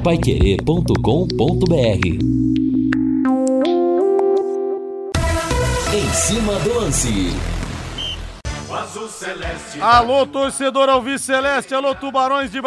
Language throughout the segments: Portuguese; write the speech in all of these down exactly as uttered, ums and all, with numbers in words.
paiquerê ponto com ponto br. Em cima do lance. Alô, torcedor Alvice Celeste, alô, Tubarões de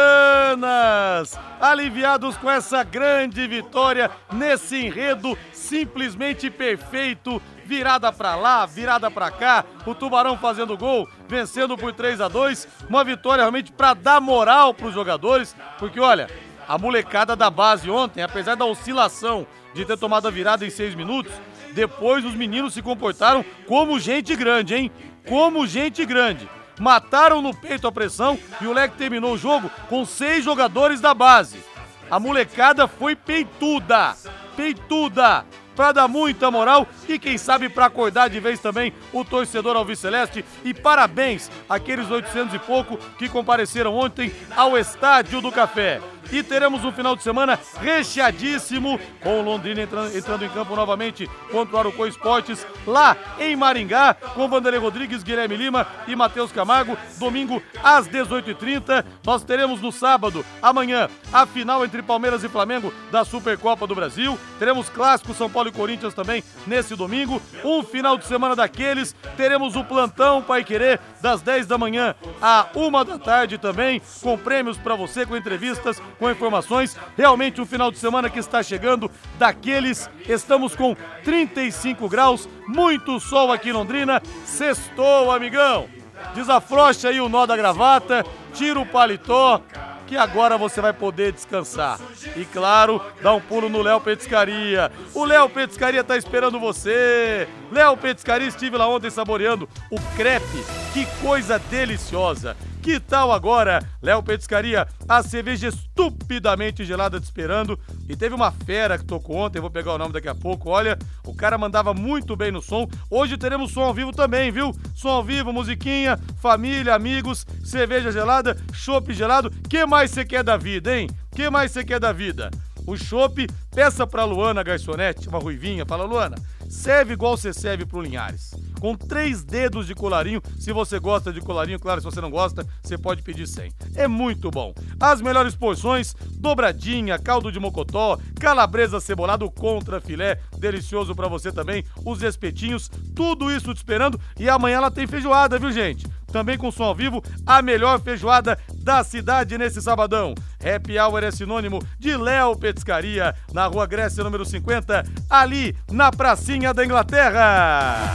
Barbatanas, aliviados com essa grande vitória nesse enredo simplesmente perfeito, virada pra lá, virada pra cá, o Tubarão fazendo gol, vencendo por três a dois, uma vitória realmente pra dar moral pros jogadores, porque olha, a molecada da base ontem, apesar da oscilação de ter tomado a virada em seis minutos, depois os meninos se comportaram como gente grande, hein? Como gente grande. Mataram no peito a pressão e o Leque terminou o jogo com seis jogadores da base. A molecada foi peituda, peituda, pra dar muita moral e quem sabe pra acordar de vez também o torcedor Alvice Celeste. E parabéns àqueles oitocentos e pouco que compareceram ontem ao Estádio do Café. E teremos um final de semana recheadíssimo, com o Londrina entrando, entrando em campo novamente contra o Arucó Esportes, lá em Maringá, com Vanderlei Rodrigues, Guilherme Lima e Matheus Camargo, domingo às dezoito e trinta. Nós teremos no sábado, amanhã, a final entre Palmeiras e Flamengo da Supercopa do Brasil. Teremos clássico São Paulo e Corinthians também nesse domingo. Um final de semana daqueles, teremos o plantão Paiquerê das dez da manhã à uma da tarde também, com prêmios para você, com entrevistas, com informações. Realmente um final de semana que está chegando daqueles. Estamos com trinta e cinco graus, muito sol aqui em Londrina. Sextou, amigão. Desafrouxa aí o nó da gravata, tira o paletó, que agora você vai poder descansar. E claro, dá um pulo no Léo Petiscaria. O Léo Petiscaria tá esperando você. Léo Petiscaria, estive lá ontem saboreando o crepe. Que coisa deliciosa. Que tal agora, Léo Petiscaria, a cerveja estupidamente gelada te esperando. E teve uma fera que tocou ontem, eu vou pegar o nome daqui a pouco, olha, o cara mandava muito bem no som. Hoje teremos som ao vivo também, viu? Som ao vivo, musiquinha, família, amigos, cerveja gelada, chopp gelado. Que mais você quer da vida, hein? Que mais você quer da vida? O chopp, peça pra Luana Garçonete, uma ruivinha, fala, Luana, serve igual você serve pro Linhares. Com três dedos de colarinho, se você gosta de colarinho, claro, se você não gosta, você pode pedir sem. É muito bom. As melhores porções, dobradinha, caldo de mocotó, calabresa cebolado contra filé, delicioso pra você também, os espetinhos, tudo isso te esperando. E amanhã ela tem feijoada, viu, gente? Também com som ao vivo, a melhor feijoada da cidade nesse sabadão. Happy Hour é sinônimo de Léo Petiscaria, na Rua Grécia, número cinquenta, ali na pracinha da Inglaterra.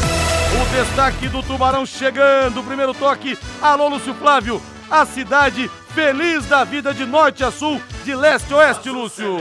O destaque do Tubarão chegando, o primeiro toque, alô Lúcio Flávio, a cidade feliz da vida de norte a sul, de leste a oeste, Lúcio.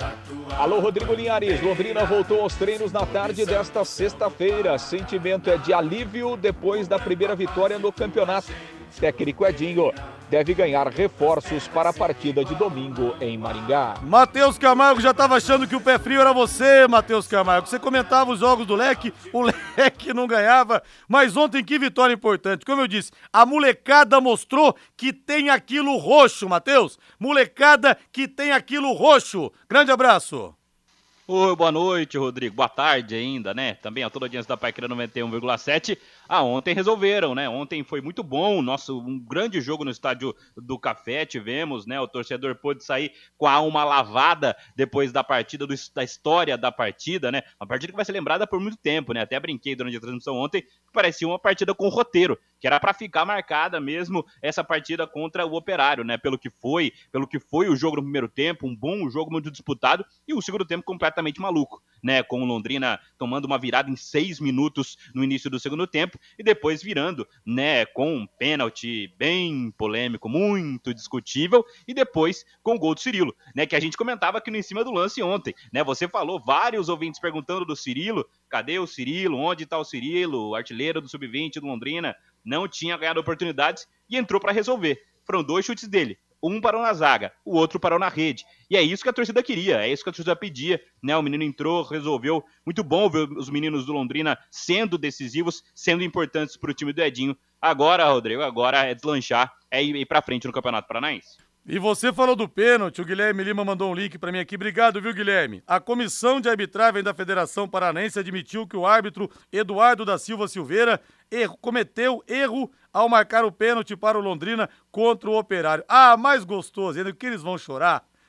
Alô Rodrigo Linhares, Londrina voltou aos treinos na tarde desta sexta-feira, sentimento é de alívio depois da primeira vitória no campeonato. Técnico Edinho deve ganhar reforços para a partida de domingo em Maringá. Matheus Camargo já estava achando que o pé frio era você, Matheus Camargo. Você comentava os jogos do Leque, o Leque não ganhava, mas ontem que vitória importante. Como eu disse, a molecada mostrou que tem aquilo roxo, Matheus. Molecada que tem aquilo roxo. Grande abraço. Oi, boa noite, Rodrigo. Boa tarde ainda, né? Também a toda a audiência da Paiquerê noventa e um vírgula sete. Ah, ontem resolveram, né? Ontem foi muito bom, nosso um grande jogo no Estádio do Café tivemos, né? O torcedor pôde sair com a alma lavada depois da partida, do, da história da partida, né? Uma partida que vai ser lembrada por muito tempo, né? Até brinquei durante a transmissão ontem que parecia uma partida com roteiro, que era para ficar marcada mesmo essa partida contra o Operário, né? Pelo que foi, pelo que foi o jogo no primeiro tempo, um bom jogo muito disputado e o segundo tempo completamente maluco, né? Com o Londrina tomando uma virada em seis minutos no início do segundo tempo e depois virando, né, com um pênalti bem polêmico, muito discutível, e depois com o gol do Cirilo, né, que a gente comentava aqui no Em Cima do Lance ontem, né, você falou, vários ouvintes perguntando do Cirilo, cadê o Cirilo, onde tá o Cirilo, artilheiro do sub vinte do Londrina, não tinha ganhado oportunidades e entrou para resolver, foram dois chutes dele, um parou na zaga, o outro parou na rede. E é isso que a torcida queria, é isso que a torcida pedia, né? O menino entrou, resolveu. Muito bom ver os meninos do Londrina sendo decisivos, sendo importantes para o time do Edinho. Agora, Rodrigo, agora é deslanchar, é ir para frente no Campeonato Paranaense. E você falou do pênalti, o Guilherme Lima mandou um link pra mim aqui. Obrigado, viu, Guilherme? A comissão de arbitragem da Federação Paranaense admitiu que o árbitro Eduardo da Silva Silveira erro, cometeu erro ao marcar o pênalti para o Londrina contra o Operário. Ah, mais gostoso ainda, que eles vão chorar.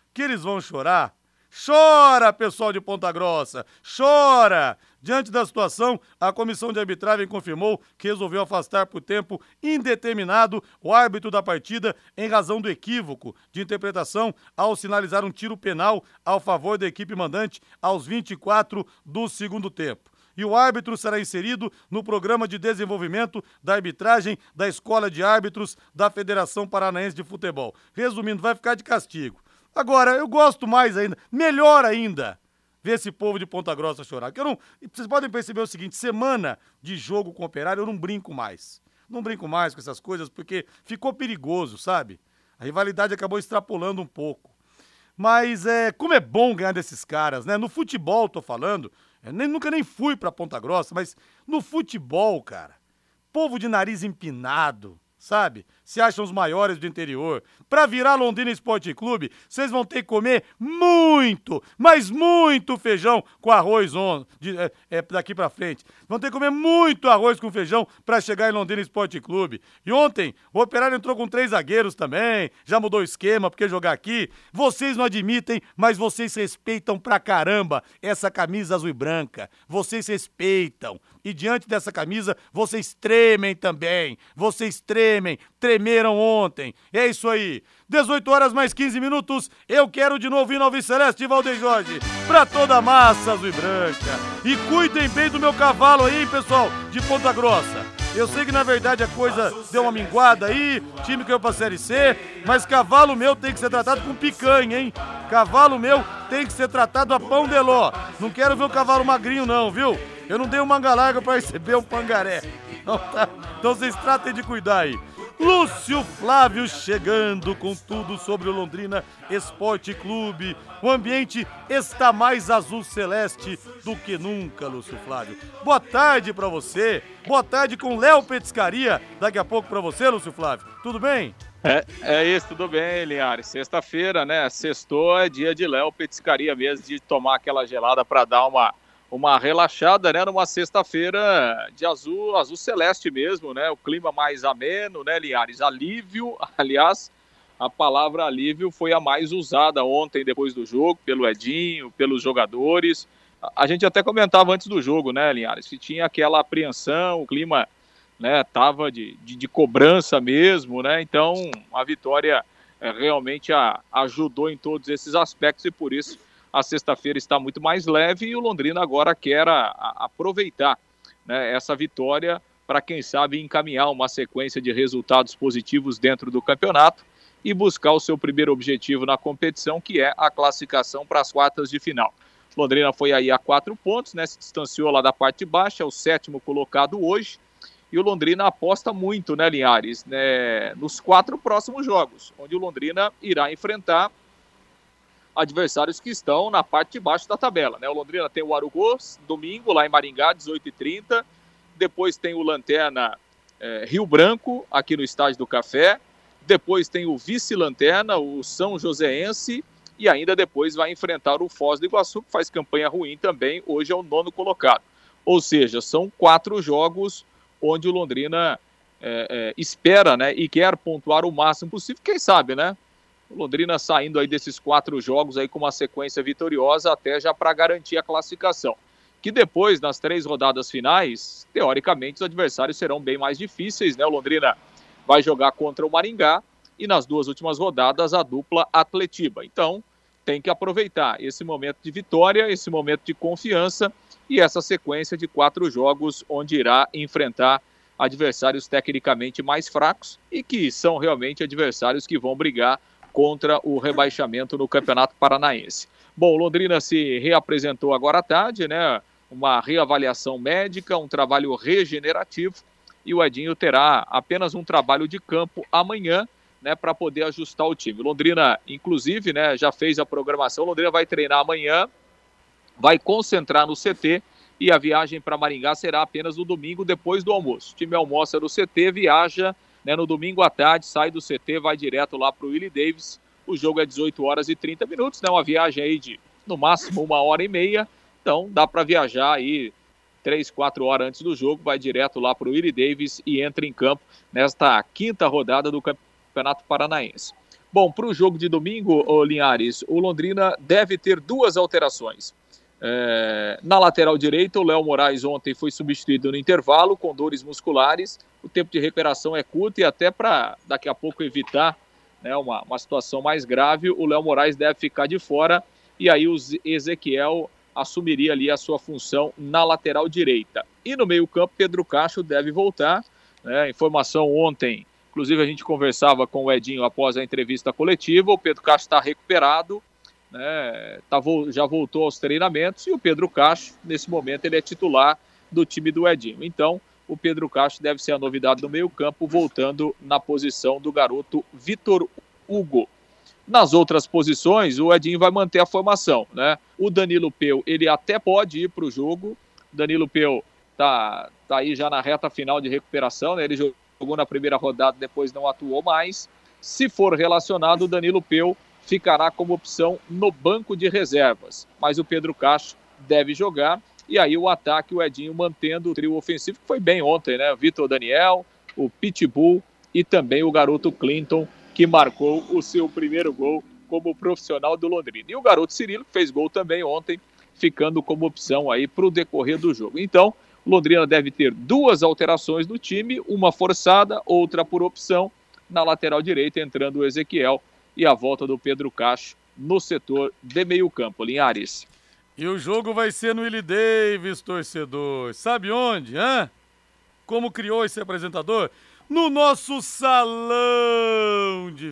que eles vão chorar? Chora, pessoal de Ponta Grossa, chora! Diante da situação, a comissão de arbitragem confirmou que resolveu afastar por tempo indeterminado o árbitro da partida em razão do equívoco de interpretação ao sinalizar um tiro penal ao favor da equipe mandante aos vinte e quatro do segundo tempo. E o árbitro será inserido no programa de desenvolvimento da arbitragem da Escola de Árbitros da Federação Paranaense de Futebol. Resumindo, vai ficar de castigo. Agora, eu gosto mais ainda, melhor ainda, ver esse povo de Ponta Grossa chorar. Que eu não, vocês podem perceber o seguinte, semana de jogo com o Operário eu não brinco mais. Não brinco mais com essas coisas porque ficou perigoso, sabe? A rivalidade acabou extrapolando um pouco. Mas é, como é bom ganhar desses caras, né? No futebol, tô falando, eu nem, nunca nem fui pra Ponta Grossa, mas no futebol, cara, povo de nariz empinado, sabe? Se acham os maiores do interior. Pra virar Londrina Esporte Clube, vocês vão ter que comer muito, mas muito feijão com arroz on, de, é, é, daqui pra frente. Vão ter que comer muito arroz com feijão pra chegar em Londrina Esporte Clube. E ontem, o Operário entrou com três zagueiros também, já mudou o esquema, porque jogar aqui, vocês não admitem, mas vocês respeitam pra caramba essa camisa azul e branca. Vocês respeitam. E diante dessa camisa, vocês tremem também. Vocês tremem, tremeram ontem. É isso aí. dezoito horas mais quinze minutos. Eu quero de novo ir no Alves Celeste e Valdeir Jorge. Pra toda a massa azul e branca. E cuidem bem do meu cavalo aí, pessoal, de Ponta Grossa. Eu sei que na verdade a coisa deu uma minguada aí, time caiu pra Série C, mas cavalo meu tem que ser tratado com picanha, hein? Cavalo meu tem que ser tratado a pão de ló. Não quero ver o cavalo magrinho não, viu? Eu não dei um manga larga pra receber um pangaré. Então, tá? Então vocês tratem de cuidar aí. Lúcio Flávio chegando com tudo sobre o Londrina Esporte Clube. O ambiente está mais azul celeste do que nunca, Lúcio Flávio. Boa tarde pra você. Boa tarde com Léo Petiscaria. Daqui a pouco pra você, Lúcio Flávio. Tudo bem? É, é isso, tudo bem, Linhares. Sexta-feira, né? Sextou é dia de Léo Petiscaria mesmo, de tomar aquela gelada pra dar uma... uma relaxada, né, numa sexta-feira de azul, azul celeste mesmo, né, o clima mais ameno, né, Linhares, alívio, aliás, a palavra alívio foi a mais usada ontem depois do jogo, pelo Edinho, pelos jogadores, a gente até comentava antes do jogo, né, Linhares, que tinha aquela apreensão, o clima, né, tava de, de, de cobrança mesmo, né, então a vitória é, realmente a, ajudou em todos esses aspectos e por isso a sexta-feira está muito mais leve e o Londrina agora quer a, a aproveitar, né, essa vitória para, quem sabe, encaminhar uma sequência de resultados positivos dentro do campeonato e buscar o seu primeiro objetivo na competição, que é a classificação para as quartas de final. Londrina foi aí a quatro pontos, né, se distanciou lá da parte baixa, é o sétimo colocado hoje, e o Londrina aposta muito, né, Linhares, né, nos quatro próximos jogos, onde o Londrina irá enfrentar adversários que estão na parte de baixo da tabela, né? O Londrina tem o Arugos, domingo, lá em Maringá, dezoito e trinta. Depois tem o Lanterna é, Rio Branco, aqui no Estádio do Café. Depois tem o vice-lanterna, o São Joséense. E ainda depois vai enfrentar o Foz do Iguaçu, que faz campanha ruim também. Hoje é o nono colocado. Ou seja, são quatro jogos onde o Londrina é, é, espera, né, e quer pontuar o máximo possível. Quem sabe, né? O Londrina saindo aí desses quatro jogos aí com uma sequência vitoriosa até já para garantir a classificação. Que depois, nas três rodadas finais, teoricamente os adversários serão bem mais difíceis, né? O Londrina vai jogar contra o Maringá e nas duas últimas rodadas a dupla Atletiba. Então, tem que aproveitar esse momento de vitória, esse momento de confiança e essa sequência de quatro jogos onde irá enfrentar adversários tecnicamente mais fracos e que são realmente adversários que vão brigar contra o rebaixamento no Campeonato Paranaense. Bom, o Londrina se reapresentou agora à tarde, né? Uma reavaliação médica, um trabalho regenerativo e o Edinho terá apenas um trabalho de campo amanhã, né, para poder ajustar o time. O Londrina, inclusive, né, já fez a programação. O Londrina vai treinar amanhã, vai concentrar no C T e a viagem para Maringá será apenas no domingo depois do almoço. O time almoça no C T, viaja, né, no domingo à tarde, sai do C T, vai direto lá para o Willie Davis. O jogo é dezoito horas e trinta minutos, né, uma viagem aí de, no máximo, uma hora e meia. Então, dá para viajar aí três, quatro horas antes do jogo, vai direto lá para o Willie Davis e entra em campo nesta quinta rodada do Campeonato Paranaense. Bom, para o jogo de domingo, ô Linhares, o Londrina deve ter duas alterações. É, na lateral direita, o Léo Moraes ontem foi substituído no intervalo com dores musculares. O tempo de recuperação é curto e até para daqui a pouco evitar, né, uma, uma situação mais grave, o Léo Moraes deve ficar de fora e aí o Ezequiel assumiria ali a sua função na lateral direita. E no meio-campo, Pedro Cacho deve voltar. Né, informação ontem, inclusive a gente conversava com o Edinho após a entrevista coletiva, o Pedro Cacho está recuperado, né, tá, já voltou aos treinamentos e o Pedro Cacho, nesse momento, ele é titular do time do Edinho. Então, o Pedro Cacho deve ser a novidade no meio-campo, voltando na posição do garoto Vitor Hugo. Nas outras posições, o Edinho vai manter a formação, né? O Danilo Peu, ele até pode ir para o jogo. Danilo Peu tá, tá aí já na reta final de recuperação, né? Ele jogou na primeira rodada, depois não atuou mais. Se for relacionado, o Danilo Peu ficará como opção no banco de reservas. Mas o Pedro Cacho deve jogar. E aí o ataque, o Edinho mantendo o trio ofensivo, que foi bem ontem, né? Vitor Daniel, o Pitbull e também o garoto Clinton, que marcou o seu primeiro gol como profissional do Londrina. E o garoto Cirilo, que fez gol também ontem, ficando como opção aí para o decorrer do jogo. Então, o Londrina deve ter duas alterações no time, uma forçada, outra por opção. Na lateral direita, entrando o Ezequiel e a volta do Pedro Cacho no setor de meio campo. Linhares. E o jogo vai ser no Willie Davis, torcedor. Sabe onde, hã? Como criou esse apresentador? No nosso salão de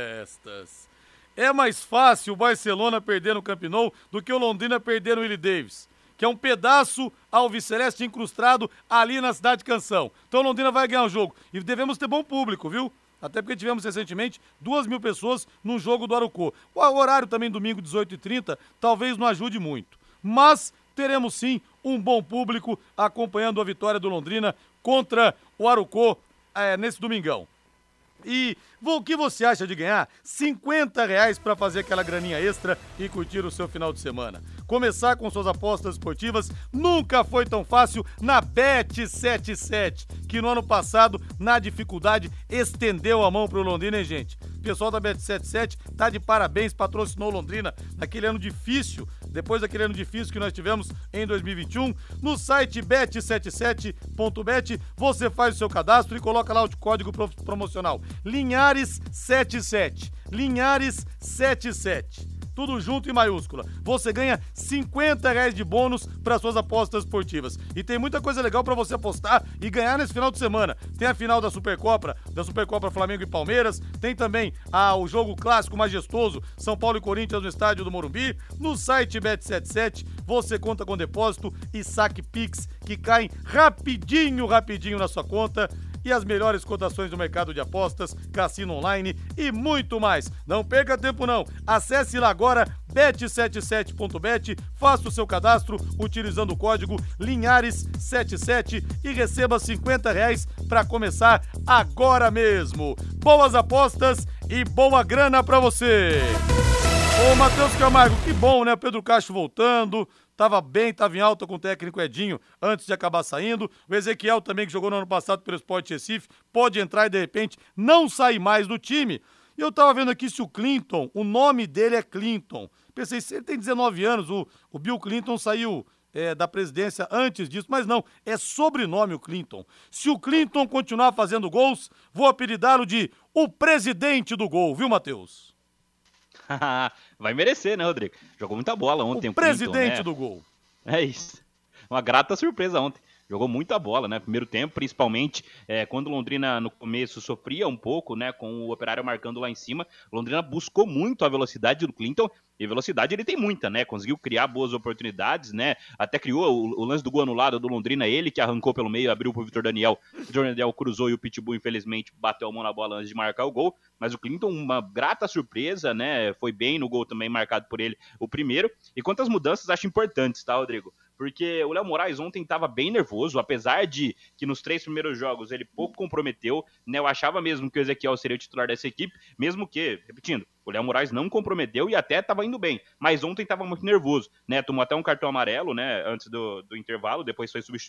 festas. É mais fácil o Barcelona perder no Camp Nou do que o Londrina perder no Willie Davis, que é um pedaço alviceleste incrustado ali na Cidade Canção. Então o Londrina vai ganhar o jogo. E devemos ter bom público, viu? Até porque tivemos recentemente duas mil pessoas num jogo do Arucô. O horário também, domingo, dezoito e trinta, talvez não ajude muito. Mas teremos sim um bom público acompanhando a vitória do Londrina contra o Arucô é, nesse domingão. E o que você acha de ganhar cinquenta reais para fazer aquela graninha extra e curtir o seu final de semana? Começar com suas apostas esportivas nunca foi tão fácil na Bet setenta e sete, que no ano passado, na dificuldade, estendeu a mão pro Londrina, hein, gente? O pessoal da Bet setenta e sete tá de parabéns, patrocinou Londrina naquele ano difícil, depois daquele ano difícil que nós tivemos em dois mil e vinte e um. No site bet setenta e sete ponto bet, você faz o seu cadastro e coloca lá o código promocional Linhares setenta e sete. Linhares setenta e sete. Tudo junto em maiúscula. Você ganha cinquenta reais de bônus para suas apostas esportivas. E tem muita coisa legal para você apostar e ganhar nesse final de semana. Tem a final da Supercopa, da Supercopa Flamengo e Palmeiras. Tem também ah, o jogo clássico majestoso São Paulo e Corinthians no estádio do Morumbi. No site Bet setenta e sete, você conta com depósito e saque Pix que caem rapidinho, rapidinho na sua conta. E as melhores cotações do mercado de apostas, cassino online e muito mais. Não perca tempo não. Acesse lá agora bet setenta e sete ponto bet, faça o seu cadastro utilizando o código Linhares setenta e sete e receba cinquenta reais para começar agora mesmo. Boas apostas e boa grana para você. Ô, Matheus Camargo, que bom, né? Pedro Cacho voltando. Tava bem, tava em alta com o técnico Edinho antes de acabar saindo. O Ezequiel também, que jogou no ano passado pelo Sport Recife, pode entrar e de repente não sair mais do time. E eu tava vendo aqui se o Clinton, o nome dele é Clinton. Pensei, se ele tem dezenove anos, o, o Bill Clinton saiu é, da presidência antes disso, mas não, é sobrenome o Clinton. Se o Clinton continuar fazendo gols, vou apelidá-lo de o presidente do gol, viu, Matheus? Vai merecer, né, Rodrigo? Jogou muita bola ontem. O, o presidente Clinton, né? do gol. É isso. Uma grata surpresa ontem. Jogou muita bola, né? Primeiro tempo, principalmente é, quando o Londrina no começo sofria um pouco, né? Com o Operário marcando lá em cima. O Londrina buscou muito a velocidade do Clinton. E velocidade ele tem muita, né? Conseguiu criar boas oportunidades, né? Até criou o, o lance do gol anulado do Londrina, ele que arrancou pelo meio, abriu pro Vitor Daniel. O Vitor Daniel cruzou e o Pitbull, infelizmente, bateu a mão na bola antes de marcar o gol. Mas o Clinton, uma grata surpresa, né? Foi bem no gol também, marcado por ele, o primeiro. E quantas mudanças acho importantes, tá, Rodrigo? Porque o Léo Moraes ontem estava bem nervoso, apesar de que nos três primeiros jogos ele pouco comprometeu, né? Eu achava mesmo que o Ezequiel seria o titular dessa equipe, mesmo que, repetindo, o Léo Moraes não comprometeu e até estava indo bem, mas ontem estava muito nervoso, né? Tomou até um cartão amarelo, né? Antes do, do intervalo, depois foi substituído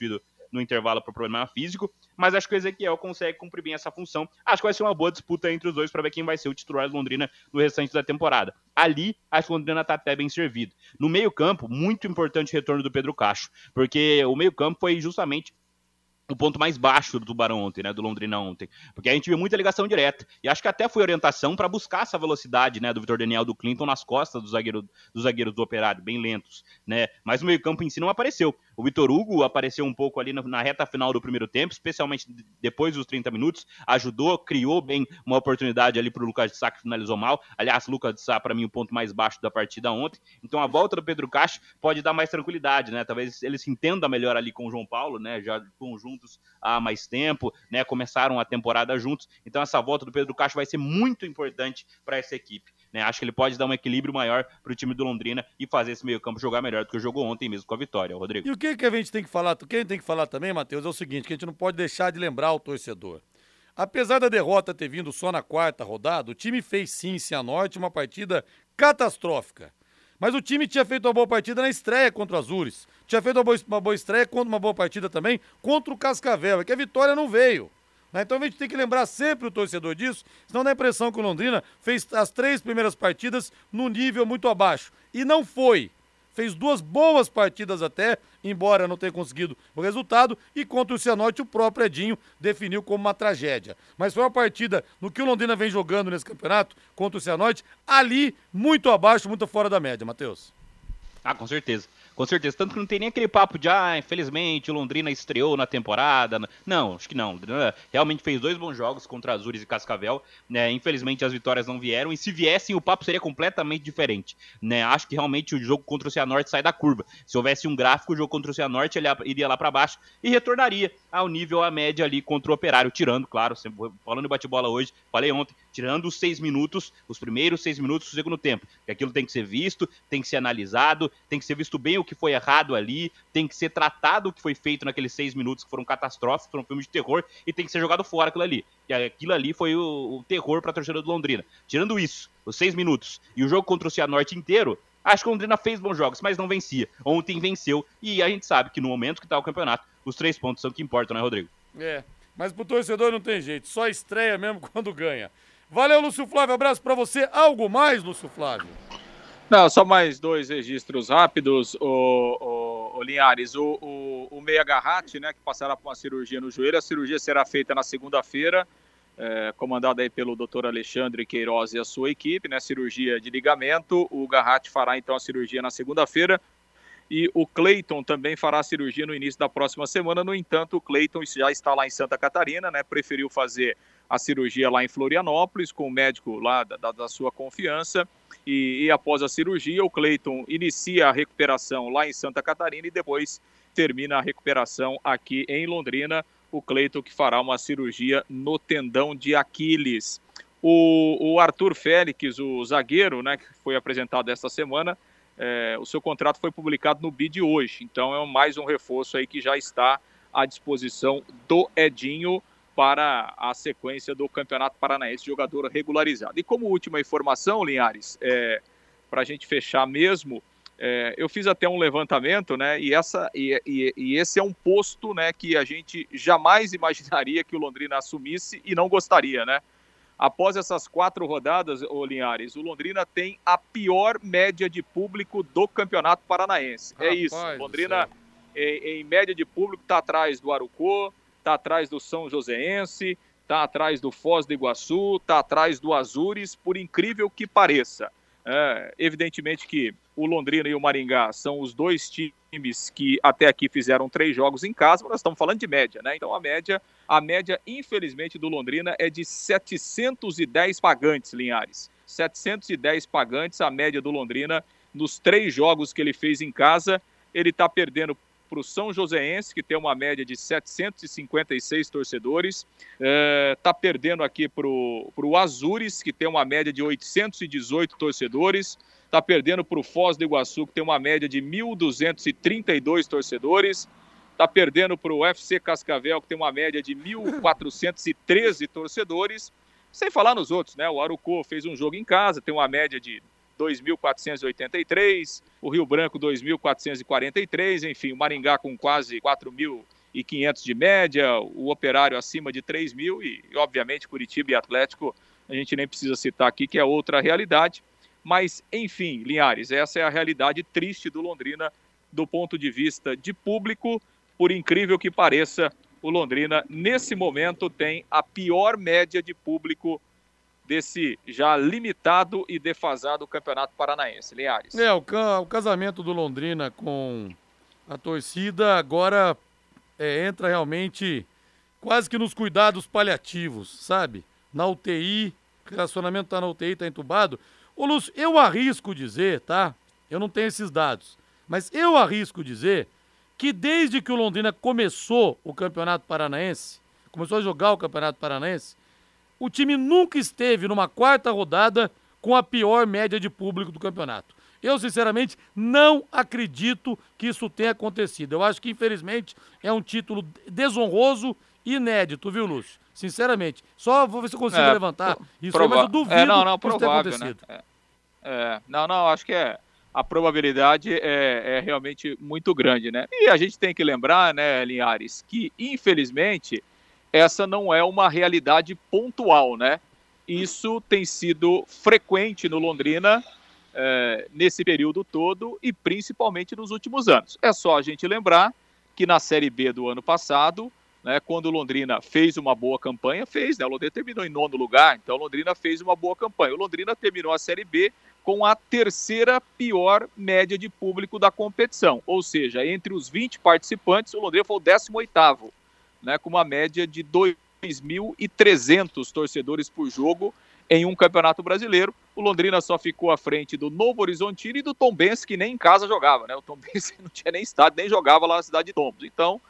no intervalo por problema físico, mas acho que o Ezequiel consegue cumprir bem essa função. Acho que vai ser uma boa disputa entre os dois para ver quem vai ser o titular do Londrina no restante da temporada. Ali, acho que o Londrina está até bem servido. No meio-campo, muito importante o retorno do Pedro Cacho, porque o meio-campo foi justamente o ponto mais baixo do Tubarão ontem, né, do Londrina ontem, porque a gente viu muita ligação direta, e acho que até foi orientação para buscar essa velocidade, né, do Vitor Daniel, do Clinton nas costas do zagueiro, dos zagueiros do Operário, bem lentos, né, mas o meio campo em si não apareceu. O Vitor Hugo apareceu um pouco ali na, na reta final do primeiro tempo, especialmente depois dos trinta minutos, ajudou, criou bem uma oportunidade ali para o Lucas de Sá, que finalizou mal. Aliás, o Lucas de Sá, para mim, o ponto mais baixo da partida ontem. Então a volta do Pedro Cacho pode dar mais tranquilidade, né, talvez ele se entenda melhor ali com o João Paulo, né, já conjuntos há mais tempo, né, começaram a temporada juntos, então essa volta do Pedro Cacho vai ser muito importante para essa equipe, né, acho que ele pode dar um equilíbrio maior para o time do Londrina e fazer esse meio campo jogar melhor do que jogou ontem mesmo com a vitória, Rodrigo. E o que, que a gente tem que falar, o que a gente tem que falar também, Matheus, é o seguinte, que a gente não pode deixar de lembrar o torcedor. Apesar da derrota ter vindo só na quarta rodada, o time fez sim em Cianorte uma partida catastrófica. Mas o time tinha feito uma boa partida na estreia contra o Azures. Tinha feito uma boa, uma boa estreia, contra uma boa partida também contra o Cascavel. É que a vitória não veio. Né? Então a gente tem que lembrar sempre o torcedor disso, senão dá a impressão que o Londrina fez as três primeiras partidas num nível muito abaixo. E não foi. Fez duas boas partidas até, embora não tenha conseguido o resultado, e contra o Cianorte o próprio Edinho definiu como uma tragédia. Mas foi uma partida, no que o Londrina vem jogando nesse campeonato, contra o Cianorte, ali muito abaixo, muito fora da média, Matheus. Ah, com certeza. Com certeza, tanto que não tem nem aquele papo de, ah, infelizmente o Londrina estreou na temporada. Não, acho que não. O Londrina realmente fez dois bons jogos contra Azures e Cascavel, né? Infelizmente as vitórias não vieram, e se viessem o papo seria completamente diferente, né? Acho que realmente o jogo contra o Cianorte sai da curva. Se houvesse um gráfico, o jogo contra o Cianorte ele iria lá para baixo e retornaria ao nível, à média ali contra o Operário, tirando, claro, falando de bate-bola hoje, falei ontem, tirando os seis minutos, os primeiros seis minutos do segundo tempo, que aquilo tem que ser visto, tem que ser analisado, tem que ser visto bem o que foi errado ali, tem que ser tratado o que foi feito naqueles seis minutos que foram catastróficos, foram um filme de terror, e tem que ser jogado fora aquilo ali. E aquilo ali foi o, o terror para a torcida do Londrina. Tirando isso, os seis minutos e o jogo contra o Cianorte inteiro, acho que o Londrina fez bons jogos, mas não vencia. Ontem venceu, e a gente sabe que no momento que está o campeonato, os três pontos são o que importam, né, Rodrigo? É, mas pro torcedor não tem jeito, só estreia mesmo quando ganha. Valeu, Lúcio Flávio, abraço pra você. Algo mais, Lúcio Flávio? Não, só mais dois registros rápidos, o, o, o Linhares. O, o, o Meia Garratti, né, que passará por uma cirurgia no joelho. A cirurgia será feita na segunda-feira, é, comandada aí pelo doutor Alexandre Queiroz e a sua equipe, né, cirurgia de ligamento. O Garratti fará então a cirurgia na segunda-feira. E o Cleiton também fará a cirurgia no início da próxima semana. No entanto, o Cleiton já está lá em Santa Catarina, né, preferiu fazer a cirurgia lá em Florianópolis, com o médico lá da, da sua confiança, e, e após a cirurgia, o Cleiton inicia a recuperação lá em Santa Catarina e depois termina a recuperação aqui em Londrina, o Cleiton que fará uma cirurgia no tendão de Aquiles. O, o Arthur Félix, o zagueiro, né, que foi apresentado esta semana, é, o seu contrato foi publicado no B I D hoje, então é mais um reforço aí que já está à disposição do Edinho para a sequência do Campeonato Paranaense, jogador regularizado. E como última informação, Linhares, é, para a gente fechar mesmo, é, eu fiz até um levantamento, né, e, essa, e, e, e esse é um posto, né, que a gente jamais imaginaria que o Londrina assumisse e não gostaria, né? Após essas quatro rodadas, ô Linhares, o Londrina tem a pior média de público do Campeonato Paranaense. Rapaz, é isso, Londrina, em, em média de público, está atrás do Arucó, está atrás do São Joséense, está atrás do Foz do Iguaçu, está atrás do Azures, por incrível que pareça. É, evidentemente que o Londrina e o Maringá são os dois times que até aqui fizeram três jogos em casa, mas nós estamos falando de média, né? Então a média, a média, infelizmente, do Londrina é de setecentos e dez pagantes, Linhares. setecentos e dez pagantes, a média do Londrina, nos três jogos que ele fez em casa. Ele está perdendo para o São Joséense, que tem uma média de setecentos e cinquenta e seis torcedores, está é, perdendo aqui para o Azures, que tem uma média de oitocentos e dezoito torcedores, está perdendo para o Foz do Iguaçu, que tem uma média de mil duzentos e trinta e dois torcedores, está perdendo para o F C Cascavel, que tem uma média de mil quatrocentos e treze torcedores, sem falar nos outros, né? O Arucó fez um jogo em casa, tem uma média de dois mil quatrocentos e oitenta e três, o Rio Branco dois mil quatrocentos e quarenta e três, enfim, o Maringá com quase quatro mil e quinhentos de média, o Operário acima de três mil e, obviamente, Curitiba e Atlético, a gente nem precisa citar aqui, que é outra realidade. Mas, enfim, Linhares, essa é a realidade triste do Londrina do ponto de vista de público. Por incrível que pareça, o Londrina, nesse momento, tem a pior média de público desse já limitado e defasado Campeonato Paranaense. Linhares. É, o, ca- o casamento do Londrina com a torcida agora é, entra realmente quase que nos cuidados paliativos, sabe? Na U T I, o relacionamento tá na U T I, tá entubado. Ô Lúcio, eu arrisco dizer, tá? Eu não tenho esses dados, mas eu arrisco dizer que desde que o Londrina começou o Campeonato Paranaense, começou a jogar o Campeonato Paranaense, o time nunca esteve numa quarta rodada com a pior média de público do campeonato. Eu, sinceramente, não acredito que isso tenha acontecido. Eu acho que, infelizmente, é um título desonroso e inédito, viu, Lúcio? Sinceramente. Só vou ver se eu consigo É, levantar isso prova- aí, mas eu duvido é, não, não, que isso tenha provável, acontecido. né? É, é, não, não, acho que é, a probabilidade é, é realmente muito grande, né? E a gente tem que lembrar, né, Linhares, que, infelizmente, essa não é uma realidade pontual, né? Isso tem sido frequente no Londrina é, nesse período todo e principalmente nos últimos anos. É só a gente lembrar que na Série B do ano passado, né, quando o Londrina fez uma boa campanha, fez, né? O Londrina terminou em nono lugar, então o Londrina fez uma boa campanha. O Londrina terminou a Série B com a terceira pior média de público da competição, ou seja, entre os vinte participantes, o Londrina foi o décimo oitavo, né, com uma média de dois mil e trezentos torcedores por jogo em um campeonato brasileiro. O Londrina só ficou à frente do Novo Horizontino e do Tombense, que nem em casa jogava, né? O Tombense não tinha nem estádio, nem jogava lá na cidade de Tombos. Então,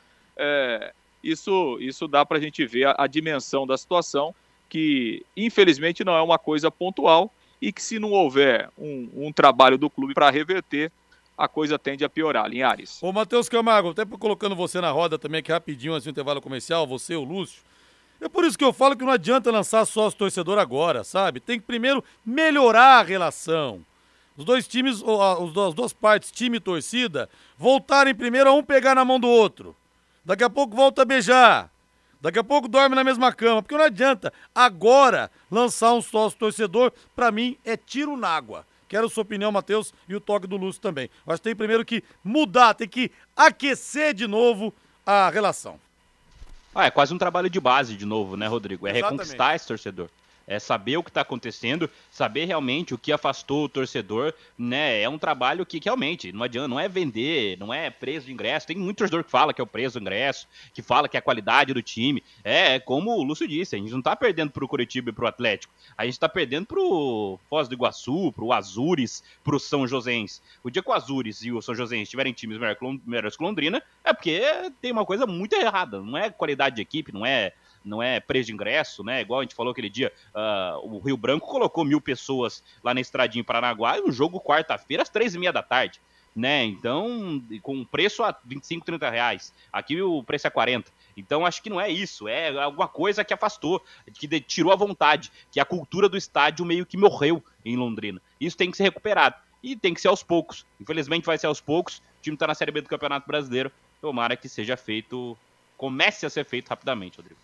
é, isso, isso dá para a gente ver a, a dimensão da situação, que infelizmente não é uma coisa pontual e que, se não houver um, um trabalho do clube para reverter, a coisa tende a piorar. Linhares. Ô, Matheus Camargo, até colocando você na roda também aqui rapidinho antes do intervalo comercial, você, o Lúcio. É por isso que eu falo que não adianta lançar sócio-torcedor agora, sabe? Tem que primeiro melhorar a relação. Os dois times, as duas partes, time e torcida, voltarem primeiro a um pegar na mão do outro. Daqui a pouco volta a beijar. Daqui a pouco dorme na mesma cama. Porque não adianta agora lançar um sócio-torcedor, pra mim é tiro na água. Quero a sua opinião, Matheus, e o toque do Lúcio também. Eu acho que tem primeiro que mudar, tem que aquecer de novo a relação. Ah, é quase um trabalho de base de novo, né, Rodrigo? É Exatamente. reconquistar esse torcedor. É saber o que está acontecendo, saber realmente o que afastou o torcedor, né? É um trabalho que, que realmente não adianta, não é vender, não é preço de ingresso. Tem muito torcedor que fala que é o preço do ingresso, que fala que é a qualidade do time. É, como o Lúcio disse, a gente não está perdendo pro Curitiba e pro Atlético. A gente está perdendo pro Foz do Iguaçu, pro Azures, pro São Joséense. O dia que o Azures e o São Joséense tiverem times melhores que Londrina, é porque tem uma coisa muito errada. Não é qualidade de equipe, não é... não é preço de ingresso, né? Igual a gente falou aquele dia, uh, o Rio Branco colocou mil pessoas lá na Estradinha em Paranaguá e um jogo quarta-feira às três e meia da tarde, né? Então, com preço a vinte e cinco, trinta reais. Aqui o preço é quarenta. Então, acho que não é isso. É alguma coisa que afastou, que de, tirou a vontade, que a cultura do estádio meio que morreu em Londrina. Isso tem que ser recuperado. E tem que ser aos poucos. Infelizmente vai ser aos poucos. O time tá na Série B do Campeonato Brasileiro. Tomara que seja feito, comece a ser feito rapidamente, Rodrigo.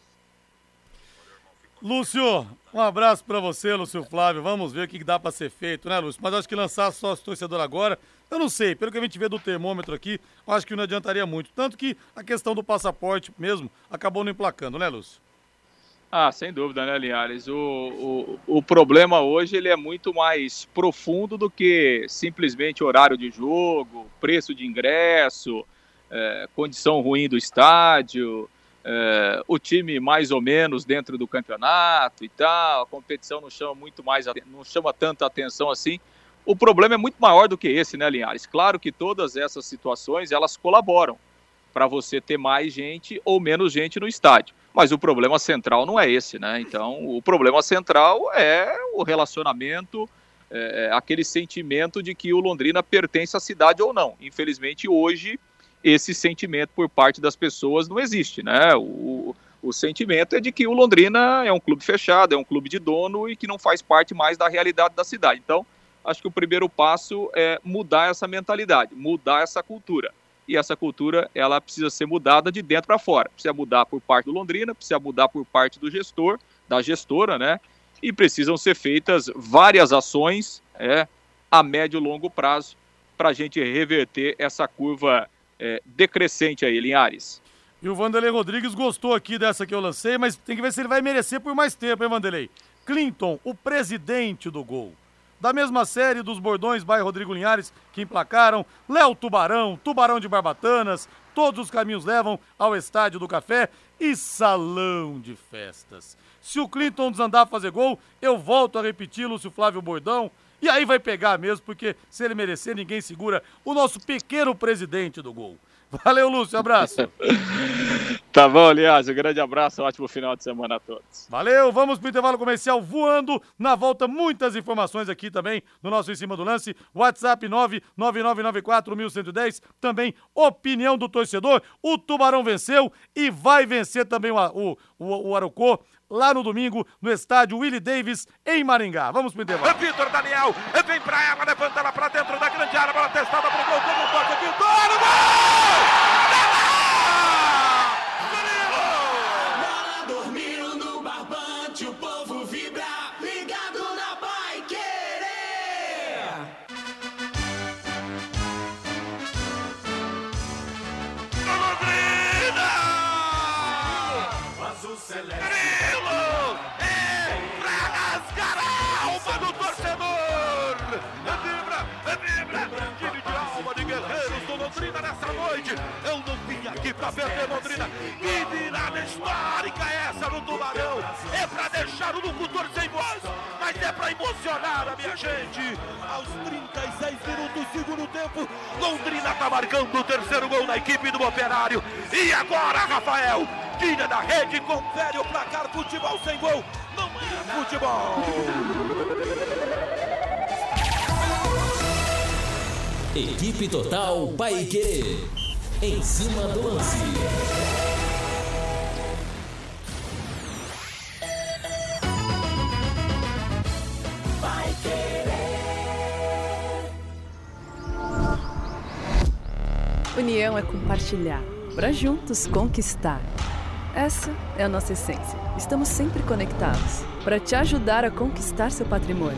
Lúcio, um abraço pra você, Lúcio Flávio. Vamos ver o que dá pra ser feito, né, Lúcio? Mas acho que lançar sócio torcedor agora, eu não sei. Pelo que a gente vê do termômetro aqui, eu acho que não adiantaria muito. Tanto que a questão do passaporte mesmo acabou não emplacando, né, Lúcio? Ah, sem dúvida, né, Linhares? O, o, o problema hoje ele é muito mais profundo do que simplesmente horário de jogo, preço de ingresso, é, condição ruim do estádio... É, o time mais ou menos dentro do campeonato e tal, a competição não chama muito mais, não chama tanta atenção assim. O problema é muito maior do que esse, né, Linhares? Claro que todas essas situações, elas colaboram para você ter mais gente ou menos gente no estádio. Mas o problema central não é esse, né? Então, o problema central é o relacionamento, é, aquele sentimento de que o Londrina pertence à cidade ou não. Infelizmente, hoje, esse sentimento por parte das pessoas não existe, né? O, o sentimento é de que o Londrina é um clube fechado, é um clube de dono e que não faz parte mais da realidade da cidade. Então, acho que o primeiro passo é mudar essa mentalidade, mudar essa cultura. e essa cultura ela precisa ser mudada de dentro para fora. Precisa mudar por parte do Londrina, precisa mudar por parte do gestor, da gestora, né? E precisam ser feitas várias ações é, a médio e longo prazo para a gente reverter essa curva é, decrescente aí, Linhares. E o Vanderlei Rodrigues gostou aqui dessa que eu lancei, mas tem que ver se ele vai merecer por mais tempo, hein, Vanderlei? Clinton, o presidente do gol. Da mesma série dos bordões by Rodrigo Linhares que emplacaram, Léo Tubarão, Tubarão de Barbatanas, todos os caminhos levam ao Estádio do Café e salão de festas. Se o Clinton desandar a fazer gol, eu volto a repetir, Lúcio Flávio Bordão, e aí vai pegar mesmo, porque se ele merecer, ninguém segura o nosso pequeno presidente do gol. Valeu, Lúcio, abraço. Tá bom, aliás, um grande abraço, um ótimo final de semana a todos. Valeu, vamos pro intervalo comercial voando. Na volta, muitas informações aqui também no nosso Em Cima do Lance. WhatsApp nove nove nove nove quatro um um zero, também opinião do torcedor. O Tubarão venceu e vai vencer também o, o, o, o Arucó lá no domingo no estádio Willie Davis em Maringá. Vamos pro intervalo. Vitor Daniel, vem pra ela, levanta ela pra dentro da grande área, bola testada pro gol, como um toque, Vitor, gol! Grilo é pra rasgar a alma do torcedor. Vibra, vibra, time de alma de guerreiros do Londrina nessa noite. Eu não vim aqui pra perder Londrina. Que virada histórica é essa no Tubarão? É pra deixar o locutor sem voz, mas é pra emocionar a minha gente. Aos trinta e seis minutos do segundo tempo, Londrina tá marcando o terceiro gol na equipe do Operário. E agora, Rafael, tira da rede, confere o placar. Futebol sem gol não é futebol. Equipe Total Paiquerê, em cima do lance. União é compartilhar, para juntos conquistar. Essa é a nossa essência. Estamos sempre conectados para te ajudar a conquistar seu patrimônio.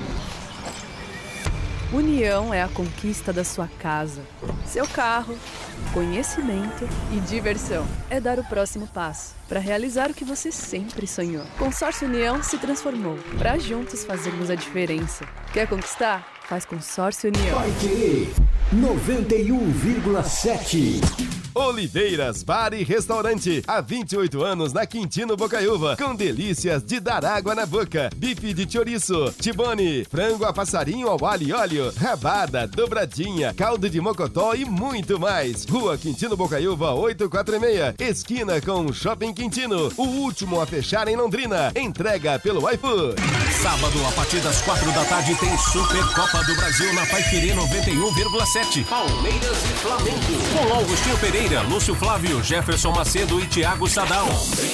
União é a conquista da sua casa, seu carro, conhecimento e diversão. É dar o próximo passo para realizar o que você sempre sonhou. Consórcio União se transformou para juntos fazermos a diferença. Quer conquistar? Faz Consórcio União. Paiquerê noventa e um vírgula sete. Oliveiras Bar e Restaurante, há vinte e oito anos na Quintino Bocaiúva, com delícias de dar água na boca, bife de chouriço, tibone, frango a passarinho ao alho e óleo, rabada, dobradinha, caldo de mocotó e muito mais. Rua Quintino Bocaiúva oitocentos e quarenta e seis, esquina com Shopping Quintino, o último a fechar em Londrina. Entrega pelo iFood. Sábado, a partir das quatro da tarde, tem Supercopa do Brasil na Paiquerê noventa e um vírgula sete. Palmeiras e Flamengo. Com Augustinho Pereira, Lúcio Flávio, Jefferson Macedo e Thiago Sadal.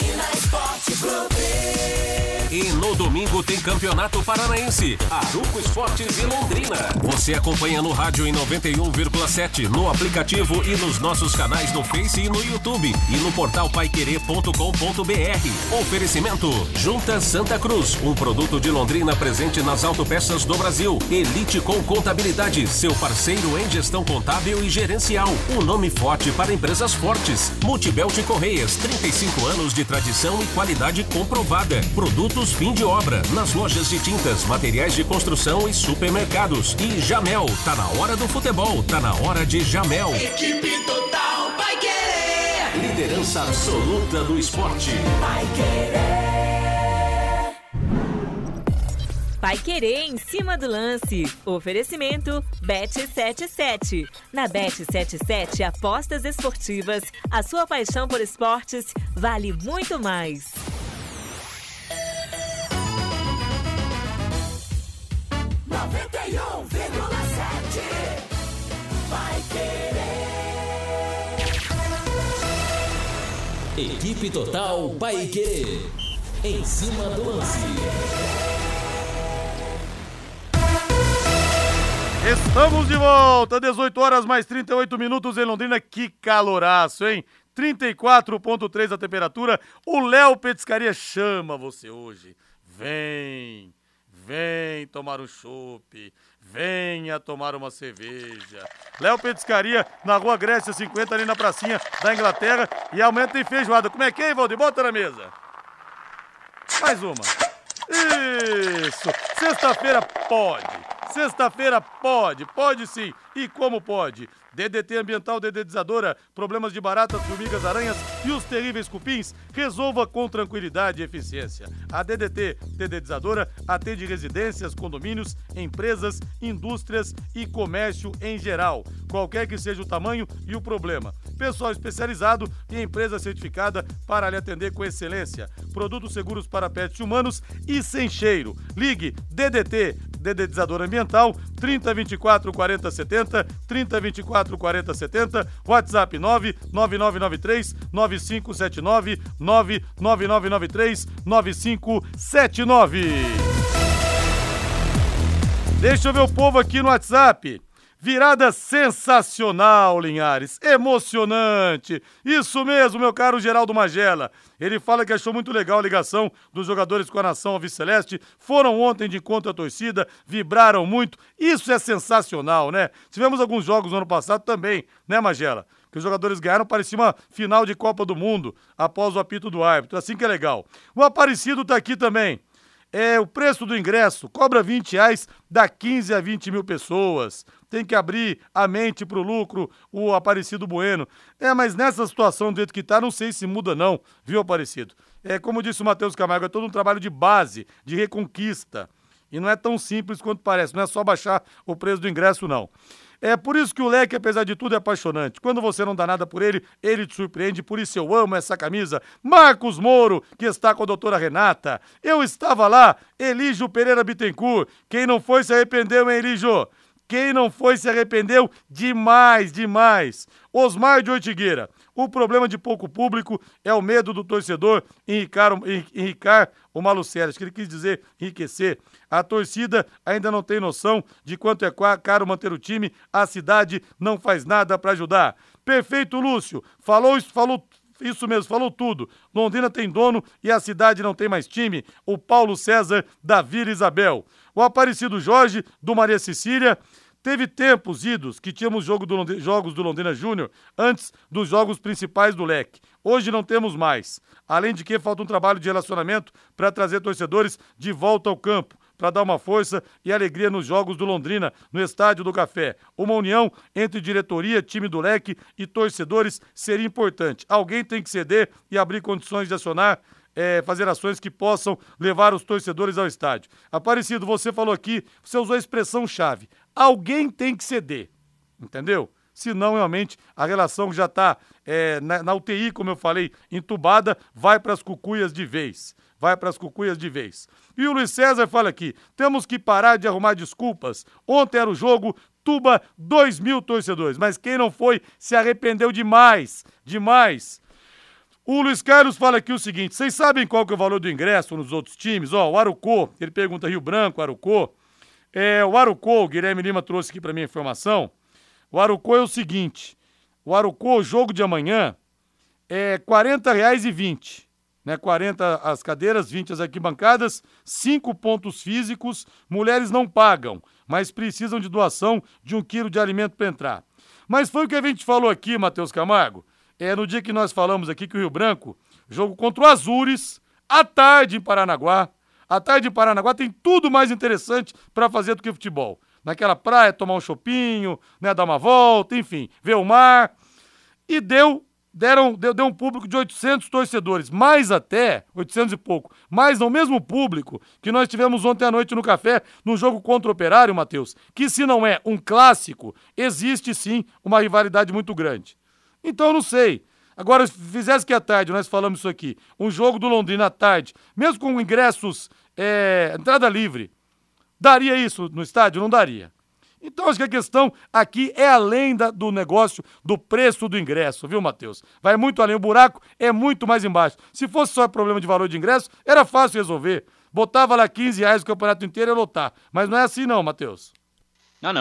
E no domingo tem Campeonato Paranaense, Aruco Esportes e Londrina. Você acompanha no rádio em noventa e um vírgula sete, no aplicativo e nos nossos canais no Face e no YouTube e no portal paiquerê ponto com ponto br. Oferecimento Junta Santa Cruz, um produto de Londrina presente nas autopeças do Brasil. Elite com Contabilidade, seu parceiro em gestão contábil e gerencial. Um nome forte para empresas fortes. Multibelt Correias, trinta e cinco anos de tradição e qualidade comprovada. Produtos fim de obra, nas lojas de tintas, materiais de construção e supermercados. E Jamel, tá na hora do futebol, tá na hora de Jamel. Equipe Total Paiquerê. Liderança absoluta do esporte. Paiquerê. Paiquerê em cima do lance. Oferecimento Bet setenta e sete. Na Bet setenta e sete, apostas esportivas, a sua paixão por esportes vale muito mais. noventa e um vírgula sete. Paiquerê. Equipe Total Paiquerê. Em cima do lance. Estamos de volta, dezoito horas mais trinta e oito minutos em Londrina. Que caloraço, hein? trinta e quatro vírgula três a temperatura. O Léo Petiscaria chama você hoje. Vem, vem tomar um chopp, venha tomar uma cerveja. Léo Petiscaria, na Rua Grécia cinquenta, ali na pracinha da Inglaterra. E amanhã tem feijoada. Como é que é, Valdir? Bota na mesa. Mais uma. Isso. Sexta-feira pode. Sexta-feira pode, pode sim. E como pode? D D T Ambiental Dedetizadora, problemas de baratas, formigas, aranhas e os terríveis cupins, resolva com tranquilidade e eficiência. A D D T Dedetizadora atende residências, condomínios, empresas, indústrias e comércio em geral, qualquer que seja o tamanho e o problema. Pessoal especializado e empresa certificada para lhe atender com excelência. Produtos seguros para pets humanos e sem cheiro. Ligue D D T Dedetizador Ambiental, trinta, vinte e quatro, quarenta, setenta, trinta, vinte e quatro, quarenta, setenta, WhatsApp nove nove nove nove três, nove cinco sete nove, nove nove nove nove três, nove cinco sete nove. Deixa eu ver o povo aqui no WhatsApp. Virada sensacional, Linhares, emocionante, isso mesmo, meu caro Geraldo Magela. Ele fala que achou muito legal a ligação dos jogadores com a nação alviceleste, foram ontem de encontro à torcida, vibraram muito, isso é sensacional, né? Tivemos alguns jogos no ano passado também, né, Magela? Que os jogadores ganharam, parecia uma final de Copa do Mundo, após o apito do árbitro, assim que é legal. O Aparecido tá aqui também. É, o preço do ingresso, cobra vinte reais, dá quinze a vinte mil pessoas. Tem que abrir a mente pro lucro, o Aparecido Bueno. É, mas nessa situação do jeito que tá, não sei se muda não, viu, Aparecido? É, como disse o Matheus Camargo, é todo um trabalho de base, de reconquista. E não é tão simples quanto parece, não é só baixar o preço do ingresso, não. É por isso que o Leque, apesar de tudo, é apaixonante. Quando você não dá nada por ele, ele te surpreende. Por isso eu amo essa camisa. Marcos Moro, que está com a doutora Renata. Eu estava lá, Elígio Pereira Bittencourt. Quem não foi se arrependeu, hein, Elígio? Quem não foi se arrependeu demais, demais. Osmar de Ortigueira. O problema de pouco público é o medo do torcedor enricar, enricar o Malucelli. Acho que ele quis dizer enriquecer. A torcida ainda não tem noção de quanto é caro manter o time. A cidade não faz nada para ajudar. Perfeito, Lúcio. Falou isso, falou isso mesmo, falou tudo. Londrina tem dono e a cidade não tem mais time. O Paulo César da Vila Isabel. O Aparecido Jorge, do Maria Cecília. Teve tempos idos que tínhamos jogo do Londrina, jogos do Londrina Júnior antes dos jogos principais do Leque. Hoje não temos mais. Além de que falta um trabalho de relacionamento para trazer torcedores de volta ao campo, para dar uma força e alegria nos jogos do Londrina, no Estádio do Café. Uma união entre diretoria, time do Leque e torcedores seria importante. Alguém tem que ceder e abrir condições de acionar É, fazer ações que possam levar os torcedores ao estádio. Aparecido, você falou aqui, você usou a expressão-chave. Alguém tem que ceder, entendeu? Senão, realmente, a relação que já está é, na, na U T I, como eu falei, entubada, vai para as cucuias de vez. Vai para as cucuias de vez. E o Luiz César fala aqui, temos que parar de arrumar desculpas. Ontem era o jogo, Tuba, dois mil torcedores. Mas quem não foi se arrependeu demais, demais. O Luiz Carlos fala aqui o seguinte, vocês sabem qual que é o valor do ingresso nos outros times? Ó, o Arucô, ele pergunta Rio Branco, Arucô. É, o Arucô, o Guilherme Lima trouxe aqui para mim a informação. O Arucô é o seguinte, o Arucô, o jogo de amanhã, é quarenta reais e vinte, né? quarenta as cadeiras, vinte as arquibancadas, cinco pontos físicos, mulheres não pagam, mas precisam de doação de um quilo de alimento para entrar. Mas foi o que a gente falou aqui, Matheus Camargo. É no dia que nós falamos aqui que o Rio Branco, jogo contra o Azures, à tarde em Paranaguá. À tarde em Paranaguá tem tudo mais interessante para fazer do que futebol. Naquela praia, tomar um chopinho, né, dar uma volta, enfim, ver o mar. E deu, deram, deu, deu um público de oitocentos torcedores, mais até, oitocentos e pouco, mais no mesmo público que nós tivemos ontem à noite no Café, no jogo contra o Operário, Matheus, que se não é um clássico, existe sim uma rivalidade muito grande. Então eu não sei. Agora, se fizesse que à tarde, nós falamos isso aqui, um jogo do Londrina à tarde, mesmo com ingressos, é, entrada livre, daria isso no estádio? Não daria. Então acho que a questão aqui é além da, do negócio do preço do ingresso, viu, Matheus? Vai muito além, o buraco é muito mais embaixo. Se fosse só problema de valor de ingresso, era fácil resolver. Botava lá quinze reais o campeonato inteiro e ia lotar. Mas não é assim não, Matheus. Não, não.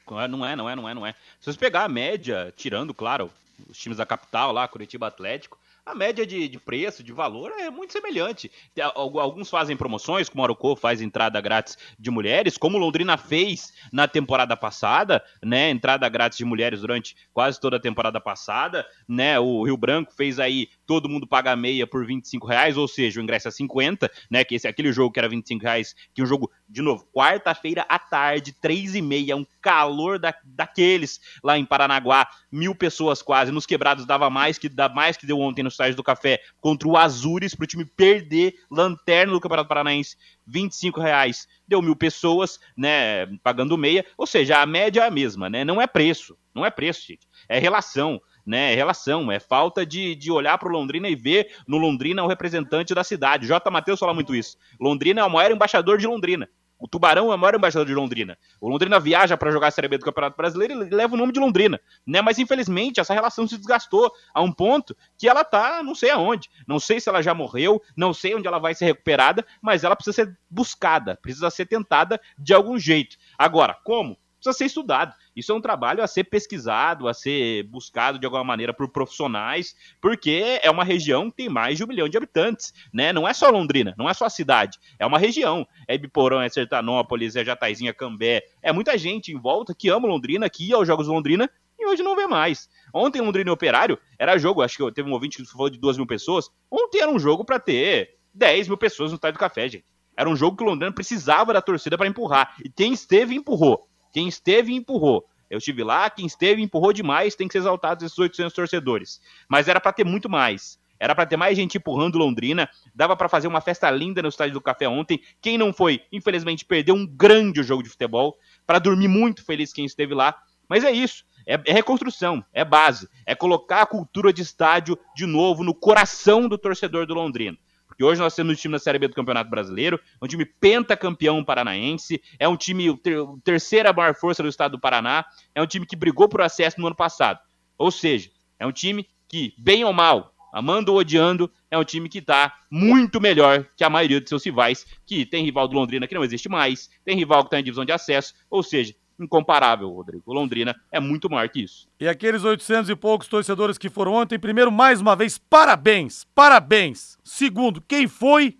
Não é, não é, não é, não é. Se você pegar a média, tirando, claro, os times da capital lá, Curitiba Atlético, a média de, de preço, de valor é muito semelhante. Alguns fazem promoções, como o Arucô faz entrada grátis de mulheres, como o Londrina fez na temporada passada, né? Entrada grátis de mulheres durante quase toda a temporada passada, né? O Rio Branco fez aí todo mundo paga meia por vinte e cinco reais, ou seja, o ingresso é cinquenta, né? Que esse aquele jogo que era vinte e cinco reais, que um jogo, de novo, quarta-feira à tarde, três e meia, um calor da, daqueles lá em Paranaguá, mil pessoas quase, nos quebrados dava mais que, dá mais que deu ontem no estádio do Café contra o Azures, pro time perder lanterna do Campeonato Paranaense, vinte e cinco reais, deu mil pessoas, né, pagando meia, ou seja, a média é a mesma, né, não é preço, não é preço, gente, é relação, né, é relação, é falta de, de olhar pro Londrina e ver no Londrina o representante da cidade. J. Matheus fala muito isso, Londrina é o maior embaixador de Londrina. O Tubarão é o maior embaixador de Londrina. O Londrina viaja para jogar a Série B do Campeonato Brasileiro e leva o nome de Londrina, né? Mas infelizmente essa relação se desgastou a um ponto que ela tá não sei aonde. Não sei se ela já morreu, não sei onde ela vai ser recuperada, mas ela precisa ser buscada, precisa ser tentada de algum jeito. Agora, como? Precisa ser estudado. Isso é um trabalho a ser pesquisado, a ser buscado de alguma maneira por profissionais, porque é uma região que tem mais de um milhão de habitantes, né? Não é só Londrina, não é só a cidade, é uma região. É Ibiporã, é Sertanópolis, é Jataizinha, Cambé, é muita gente em volta que ama Londrina, que ia aos Jogos de Londrina e hoje não vê mais. Ontem Londrina e Operário era jogo, acho que teve um ouvinte que falou de duas mil pessoas, ontem era um jogo para ter dez mil pessoas no Estádio do Café, gente. Era um jogo que o Londrina precisava da torcida para empurrar, e quem esteve empurrou. Quem esteve, empurrou. Eu estive lá, quem esteve, empurrou demais, tem que ser exaltado esses oitocentos torcedores. Mas era para ter muito mais. Era para ter mais gente empurrando Londrina. Dava para fazer uma festa linda no Estádio do Café ontem. Quem não foi, infelizmente, perdeu um grande jogo de futebol. Para dormir muito feliz quem esteve lá. Mas é isso. É, é reconstrução, é base. É colocar a cultura de estádio de novo no coração do torcedor do Londrina. Porque hoje nós temos um time na Série B do Campeonato Brasileiro, um time pentacampeão paranaense, é um time, ter, terceira maior força do estado do Paraná, é um time que brigou por acesso no ano passado. Ou seja, é um time que, bem ou mal, amando ou odiando, é um time que está muito melhor que a maioria dos seus rivais, que tem rival do Londrina que não existe mais, tem rival que está em divisão de acesso, ou seja, incomparável, Rodrigo. O Londrina é muito maior que isso. E aqueles oitocentos e poucos torcedores que foram ontem, primeiro, mais uma vez, parabéns, parabéns. Segundo, quem foi,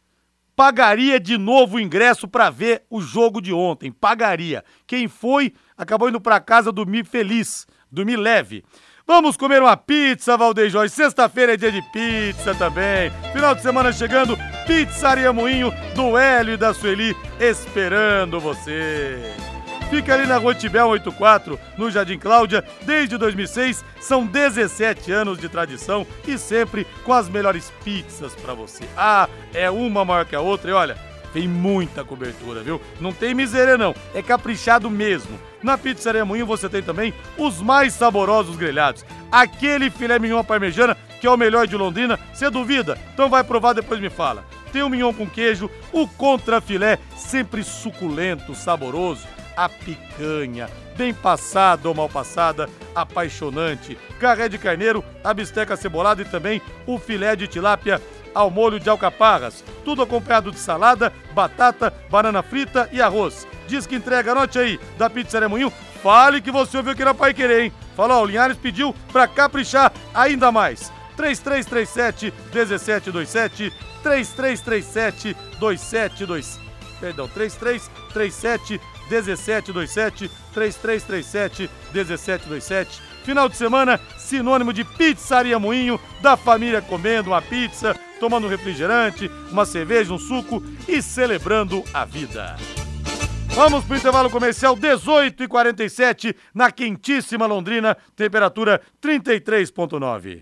pagaria de novo o ingresso para ver o jogo de ontem, pagaria. Quem foi, acabou indo para casa dormir feliz, dormir leve. Vamos comer uma pizza, Valdeir Jorge. Sexta-feira é dia de pizza também. Final de semana chegando, Pizzaria Moinho, do Hélio e da Sueli, esperando você. Fica ali na Rua Tibel oitenta e quatro, no Jardim Cláudia, desde dois mil e seis, são dezessete anos de tradição e sempre com as melhores pizzas pra você. Ah, é uma maior que a outra e olha, tem muita cobertura, viu? Não tem miséria não, é caprichado mesmo. Na Pizzaria Moinho você tem também os mais saborosos grelhados. Aquele filé mignon parmegiana, que é o melhor de Londrina, você duvida? Então vai provar, depois me fala. Tem o mignon com queijo, o contrafilé, sempre suculento, saboroso. A picanha, bem passada ou mal passada, apaixonante. Carré de carneiro, a bisteca cebolada e também o filé de tilápia ao molho de alcaparras. Tudo acompanhado de salada, batata, banana frita e arroz. Diz que entrega, anote aí, da Pizzaria Moinho. Fale que você ouviu aqui na Pai Querer, hein? Falou, o Linhares pediu pra caprichar ainda mais. três três três sete, um sete dois sete, três três três sete, dois sete dois sete. Perdão, três três três sete, um sete dois sete, três três três sete, um sete dois sete. Final de semana, sinônimo de Pizzaria Moinho, da família comendo uma pizza, tomando um refrigerante, uma cerveja, um suco e celebrando a vida. Vamos pro intervalo comercial, dezoito e quarenta e sete, na quentíssima Londrina, temperatura trinta e três vírgula nove.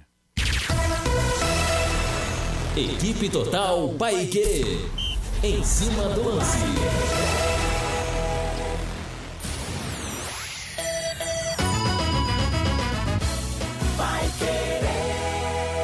Equipe Total Paiquerê, em cima do lance.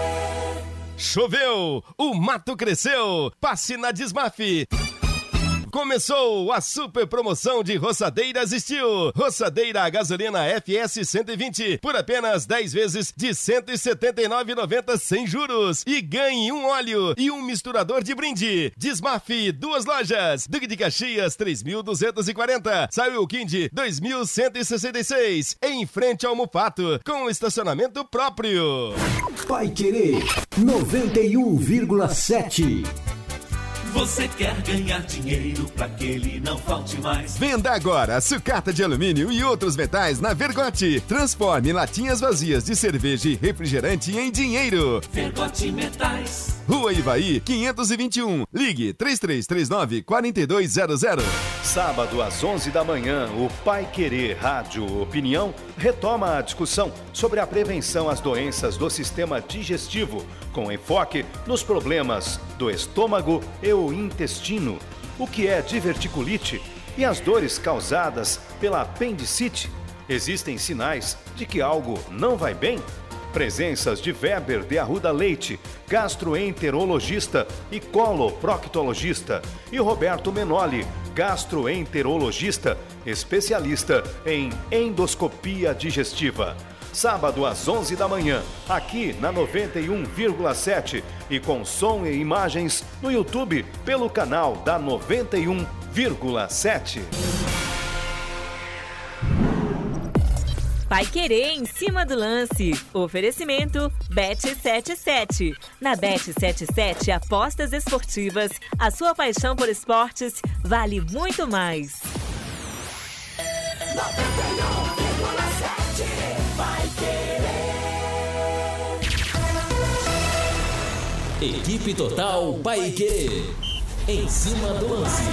Choveu, o mato cresceu, passe na Desmaf. Começou a super promoção de Roçadeiras Steel. Roçadeira a gasolina F S cento e vinte por apenas dez vezes de cento e setenta e nove reais e noventa centavos sem juros. E ganhe um óleo e um misturador de brinde. Desmafe, duas lojas. Duque de Caxias, três mil duzentos e quarenta. Saiu Quinde, dois mil cento e sessenta e seis. Em frente ao Mufato, com estacionamento próprio. Paiquerê noventa e um vírgula sete. Você quer ganhar dinheiro pra que ele não falte mais? Venda agora sucata de alumínio e outros metais na Vergote. Transforme latinhas vazias de cerveja e refrigerante em dinheiro. Vergote Metais. Rua Ivaí, quinhentos e vinte e um. Ligue três três três nove, quatro dois zero zero. Sábado às onze da manhã, o Paiquerê Rádio Opinião retoma a discussão sobre a prevenção às doenças do sistema digestivo, com enfoque nos problemas do estômago e o intestino, o que é diverticulite e as dores causadas pela apendicite. Existem sinais de que algo não vai bem? Presenças de Weber de Arruda Leite, gastroenterologista e coloproctologista, e Roberto Menoli, gastroenterologista, especialista em endoscopia digestiva. Sábado às onze da manhã, aqui na noventa e um vírgula sete e com som e imagens no YouTube pelo canal da noventa e um vírgula sete. Paiquerê em cima do lance. Oferecimento Bet setenta e sete. Na Bet setenta e sete, apostas esportivas, a sua paixão por esportes vale muito mais. noventa e um vírgula sete Paiquerê. Equipe Total Paiquerê. Em cima do lance.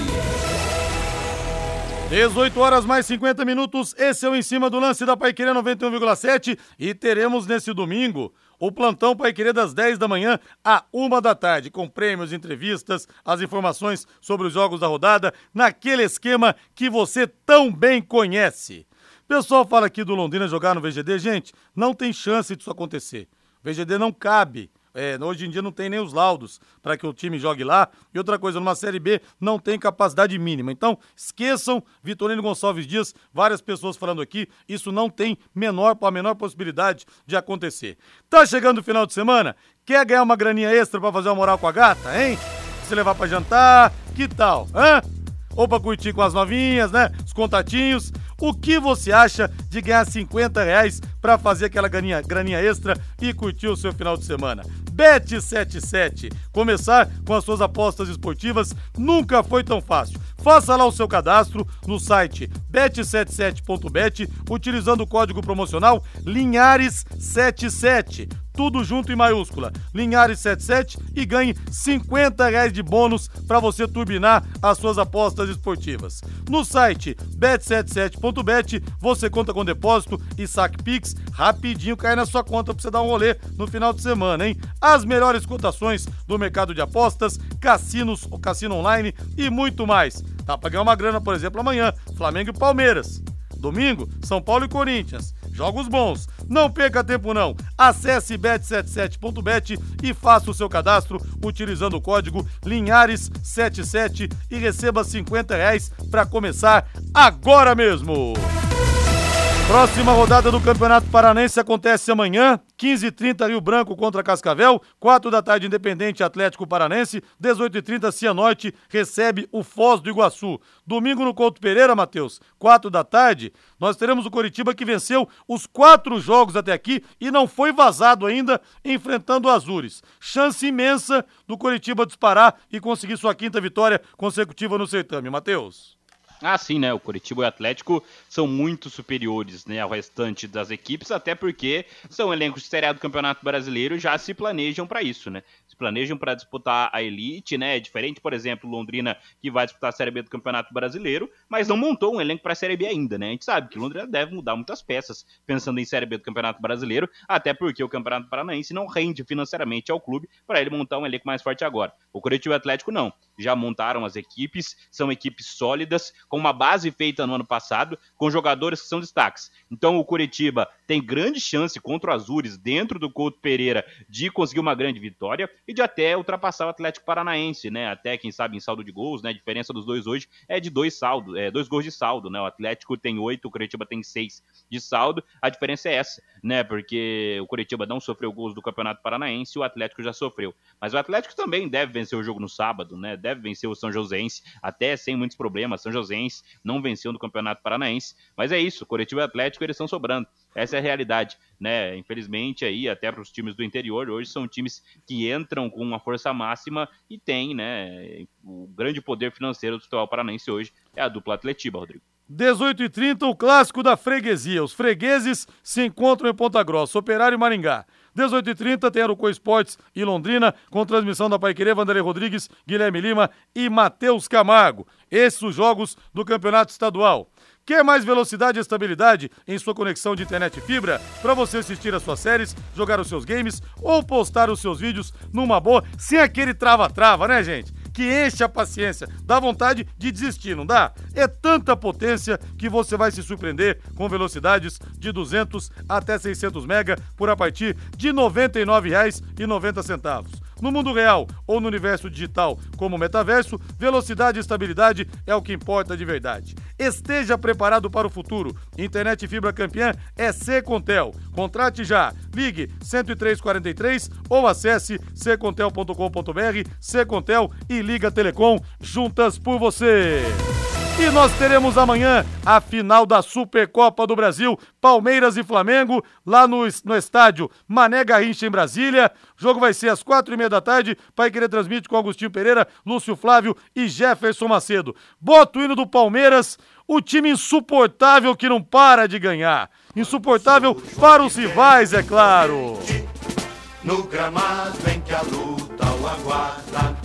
dezoito horas mais cinquenta minutos, esse é o Em Cima do Lance da Paiquerê noventa e um vírgula sete e teremos nesse domingo o plantão Paiquerê das dez da manhã à uma da tarde, com prêmios, entrevistas, as informações sobre os jogos da rodada, naquele esquema que você tão bem conhece. O pessoal fala aqui do Londrina jogar no V G D, gente, não tem chance disso acontecer. O V G D não cabe. É, hoje em dia não tem nem os laudos para que o time jogue lá. E outra coisa, numa Série B não tem capacidade mínima. Então, esqueçam Vitorino Gonçalves Dias, várias pessoas falando aqui, isso não tem menor, a menor possibilidade de acontecer. Tá chegando o final de semana? Quer ganhar uma graninha extra para fazer uma moral com a gata, hein? Se levar para jantar, que tal, hã? Ou para curtir com as novinhas, né? Os contatinhos. O que você acha de ganhar cinquenta reais para fazer aquela graninha, graninha extra e curtir o seu final de semana? Bet setenta e sete. Começar com as suas apostas esportivas nunca foi tão fácil. Faça lá o seu cadastro no site bet setenta e sete ponto bet utilizando o código promocional Linhares setenta e sete. Tudo junto em maiúscula, Linhares setenta e sete, e ganhe cinquenta reais de bônus para você turbinar as suas apostas esportivas. No site bet setenta e sete ponto bet você conta com depósito e saque Pix, rapidinho cai na sua conta para você dar um rolê no final de semana, hein? As melhores cotações do mercado de apostas, cassinos, o cassino online e muito mais. Dá para ganhar uma grana, por exemplo, amanhã, Flamengo e Palmeiras. Domingo, São Paulo e Corinthians. Jogos bons. Não perca tempo não. Acesse bet setenta e sete ponto bet e faça o seu cadastro utilizando o código Linhares setenta e sete e receba cinquenta reais para começar agora mesmo. Próxima rodada do Campeonato Paranense acontece amanhã, quinze e trinta Rio Branco contra Cascavel, quatro da tarde Independente Atlético Paranense, dezoito e trinta Cianorte recebe o Foz do Iguaçu. Domingo no Couto Pereira, Matheus, quatro da tarde, nós teremos o Coritiba que venceu os quatro jogos até aqui e não foi vazado ainda enfrentando o Azures. Chance imensa do Coritiba disparar e conseguir sua quinta vitória consecutiva no certame. Matheus. Ah, sim, né? O Coritiba e o Atlético são muito superiores, né, ao restante das equipes, até porque são elencos de Série A do Campeonato Brasileiro e já se planejam para isso, né? Se planejam para disputar a elite, né? Diferente, por exemplo, Londrina, que vai disputar a Série B do Campeonato Brasileiro, mas não montou um elenco para a Série B ainda, né? A gente sabe que Londrina deve mudar muitas peças pensando em Série B do Campeonato Brasileiro, até porque o Campeonato Paranaense não rende financeiramente ao clube para ele montar um elenco mais forte agora. O Coritiba e o Atlético não. já montaram as equipes, são equipes sólidas, com uma base feita no ano passado, com jogadores que são destaques. Então o Coritiba tem grande chance contra o Azures, dentro do Couto Pereira, de conseguir uma grande vitória e de até ultrapassar o Atlético Paranaense, né? Até, quem sabe, em saldo de gols, né? A diferença dos dois hoje é de dois saldos, é, dois gols de saldo, né? O Atlético tem oito, o Coritiba tem seis de saldo, a diferença é essa, né? Porque o Coritiba não sofreu gols do Campeonato Paranaense e o Atlético já sofreu. Mas o Atlético também deve vencer o jogo no sábado, né? Deve vencer o São Joséense, até sem muitos problemas. São Joséense não venceu no Campeonato Paranaense, mas é isso, Coritiba e Atlético, eles estão sobrando. Essa é a realidade, né? Infelizmente, aí, até para os times do interior, hoje são times que entram com uma força máxima e tem, né? O grande poder financeiro do futebol paranaense hoje é a dupla Atletiba, Rodrigo. dezoito e trinta, o clássico da freguesia. Os fregueses se encontram em Ponta Grossa, Operário e Maringá. dezoito e trinta tem Arucó Esportes e Londrina, com transmissão da Paiquerê, Vanderlei Rodrigues, Guilherme Lima e Matheus Camargo. Esses os jogos do Campeonato Estadual. Quer mais velocidade e estabilidade em sua conexão de internet e fibra? Para você assistir as suas séries, jogar os seus games ou postar os seus vídeos numa boa, sem aquele trava-trava, né, gente? Que enche a paciência, dá vontade de desistir, não dá? É tanta potência que você vai se surpreender com velocidades de duzentos até seiscentos mega por a partir de noventa e nove reais e noventa centavos. No mundo real ou no universo digital, como o metaverso, velocidade e estabilidade é o que importa de verdade. Esteja preparado para o futuro. Internet e fibra campeã é Secontel. Contrate já. Ligue cento e três quarenta e três ou acesse secontel ponto com ponto br. Secontel e Liga Telecom, juntas por você. E nós teremos amanhã a final da Supercopa do Brasil, Palmeiras e Flamengo, lá no, no estádio Mané Garrincha, em Brasília. O jogo vai ser às quatro e meia da tarde. Paiquerê transmite com Agostinho Pereira, Lúcio Flávio e Jefferson Macedo. Bota o hino do Palmeiras, o time insuportável que não para de ganhar. Insuportável para os rivais, é claro. No gramado em que a luta o aguarda,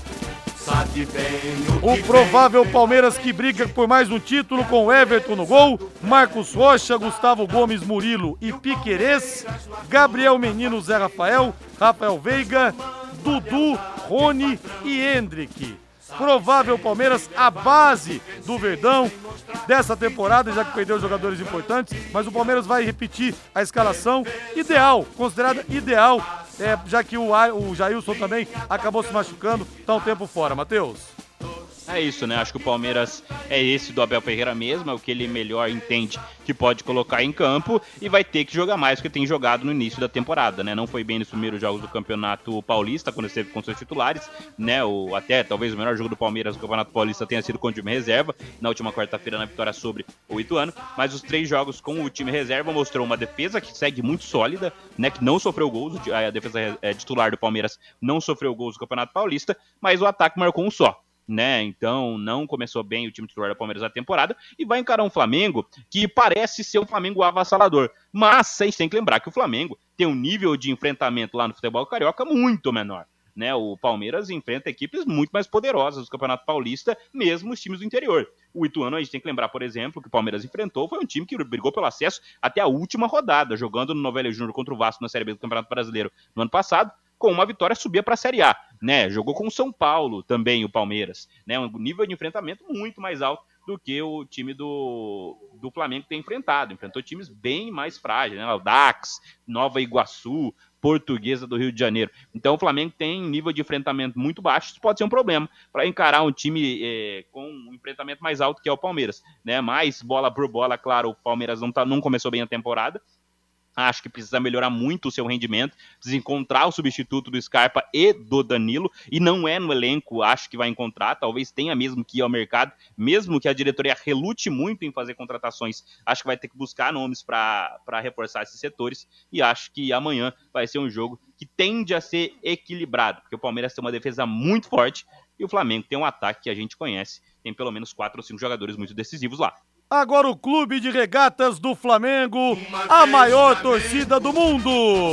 o provável Palmeiras que briga por mais um título com Everton no gol, Marcos Rocha, Gustavo Gomes, Murilo e Piquerez, Gabriel Menino, Zé Rafael, Rafael Veiga, Dudu, Rony e Hendrick. Provável Palmeiras, a base do Verdão dessa temporada, já que perdeu jogadores importantes, mas o Palmeiras vai repetir a escalação ideal, considerada ideal, é, já que o, o Jailson também acabou se machucando, tá um tempo fora. Matheus? É isso, né? Acho que o Palmeiras é esse do Abel Ferreira mesmo, é o que ele melhor entende que pode colocar em campo e vai ter que jogar mais do que tem jogado no início da temporada, né? Não foi bem nos primeiros jogos do Campeonato Paulista, quando esteve com seus titulares, né? O, até talvez o melhor jogo do Palmeiras no Campeonato Paulista tenha sido com o time reserva, na última quarta-feira na vitória sobre o Ituano, mas os três jogos com o time reserva mostrou uma defesa que segue muito sólida, né? Que não sofreu gols, a defesa titular do Palmeiras não sofreu gols no Campeonato Paulista, mas o ataque marcou um só. Né? Então não começou bem o time titular da Palmeiras na temporada e vai encarar um Flamengo que parece ser um Flamengo avassalador, mas vocês têm que lembrar que o Flamengo tem um nível de enfrentamento lá no futebol carioca muito menor, né? O Palmeiras enfrenta equipes muito mais poderosas do Campeonato Paulista, mesmo os times do interior. O Ituano, a gente tem que lembrar, por exemplo, que o Palmeiras enfrentou, foi um time que brigou pelo acesso até a última rodada, jogando no Novelli Júnior contra o Vasco na Série B do Campeonato Brasileiro no ano passado. Com uma vitória subia para a Série A, né? Jogou com o São Paulo também, o Palmeiras, né? Um nível de enfrentamento muito mais alto do que o time do, do Flamengo tem enfrentado. Enfrentou times bem mais frágeis, né? O Dax, Nova Iguaçu, Portuguesa do Rio de Janeiro. Então o Flamengo tem nível de enfrentamento muito baixo, isso pode ser um problema para encarar um time é, com um enfrentamento mais alto que é o Palmeiras, né? Mais bola por bola, claro, o Palmeiras não, tá, não começou bem a temporada. Acho que precisa melhorar muito o seu rendimento, precisa encontrar o substituto do Scarpa e do Danilo, e não é no elenco, acho que vai encontrar, talvez tenha mesmo que ir ao mercado, mesmo que a diretoria relute muito em fazer contratações, acho que vai ter que buscar nomes para reforçar esses setores, e acho que amanhã vai ser um jogo que tende a ser equilibrado, porque o Palmeiras tem uma defesa muito forte, e o Flamengo tem um ataque que a gente conhece, tem pelo menos quatro ou cinco jogadores muito decisivos lá. Agora o Clube de Regatas do Flamengo, a maior torcida do mundo.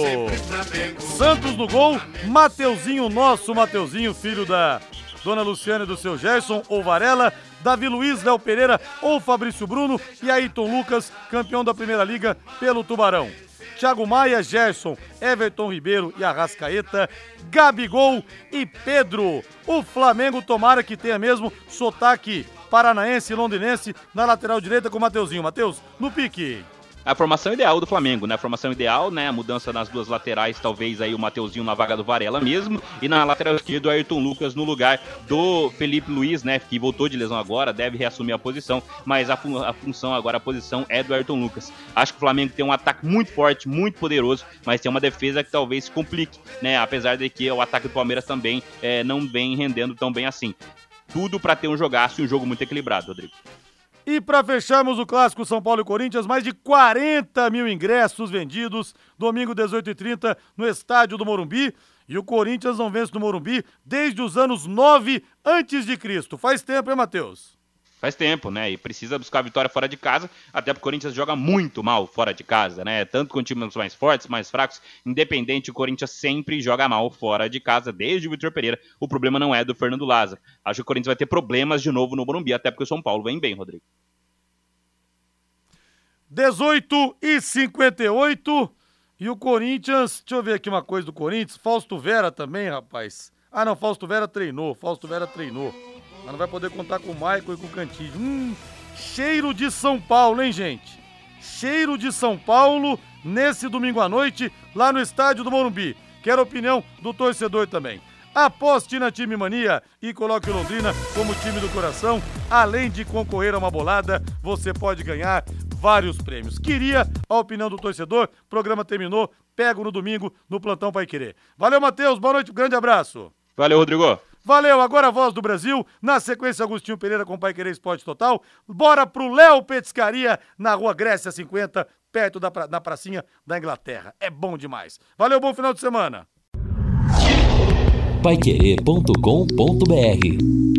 Santos no gol, Mateuzinho, nosso Mateuzinho, filho da Dona Luciana e do seu Gerson ou Varela, Davi Luiz, Léo Pereira ou Fabrício Bruno e Ayrton Lucas, campeão da Primeira Liga pelo Tubarão. Thiago Maia, Gerson, Everton Ribeiro e Arrascaeta, Gabigol e Pedro. O Flamengo tomara que tenha mesmo sotaque paranaense e londinense na lateral direita com o Mateuzinho. Mateus, no pique. A formação ideal do Flamengo, né? A formação ideal, né? A mudança nas duas laterais, talvez aí o Mateuzinho na vaga do Varela mesmo. E na lateral esquerda o Ayrton Lucas no lugar do Felipe Luiz, né? Que voltou de lesão agora, deve reassumir a posição. Mas a, fun- a função agora, a posição é do Ayrton Lucas. Acho que o Flamengo tem um ataque muito forte, muito poderoso, mas tem uma defesa que talvez se complique, né? Apesar de que o ataque do Palmeiras também é, não vem rendendo tão bem assim. Tudo para ter um jogaço e um jogo muito equilibrado, Rodrigo. E para fecharmos o clássico São Paulo e Corinthians, mais de quarenta mil ingressos vendidos, domingo dezoito e trinta no estádio do Morumbi. E o Corinthians não vence no Morumbi desde os anos nove antes de Cristo. Faz tempo, hein, Matheus? Faz tempo, né? E precisa buscar a vitória fora de casa, até porque o Corinthians joga muito mal fora de casa, né? Tanto com times mais fortes, mais fracos, independente, o Corinthians sempre joga mal fora de casa, desde o Vitor Pereira. O problema não é do Fernando Lázaro. Acho que o Corinthians vai ter problemas de novo no Morumbi, até porque o São Paulo vem bem, Rodrigo. dezoito e cinquenta e oito e o Corinthians, deixa eu ver aqui uma coisa do Corinthians, Fausto Vera também, rapaz. Ah, não, Fausto Vera treinou, Fausto Vera treinou. Mas não vai poder contar com o Maicon e com o Cantígio. Hum, cheiro de São Paulo, hein, gente? Cheiro de São Paulo nesse domingo à noite, lá no estádio do Morumbi. Quero a opinião do torcedor também. Aposte na Time Mania e coloque o Londrina como time do coração. Além de concorrer a uma bolada, você pode ganhar vários prêmios. Queria a opinião do torcedor. O programa terminou. Pego no domingo no Plantão Paiquerê. Valeu, Matheus. Boa noite. Grande abraço. Valeu, Rodrigo. Valeu, agora a Voz do Brasil, na sequência Agostinho Pereira com Pai Querer Esporte Total. Bora pro Léo Petiscaria, na Rua Grécia cinquenta, perto da pra, na pracinha da Inglaterra. É bom demais. Valeu, bom final de semana. paiquerê ponto com ponto br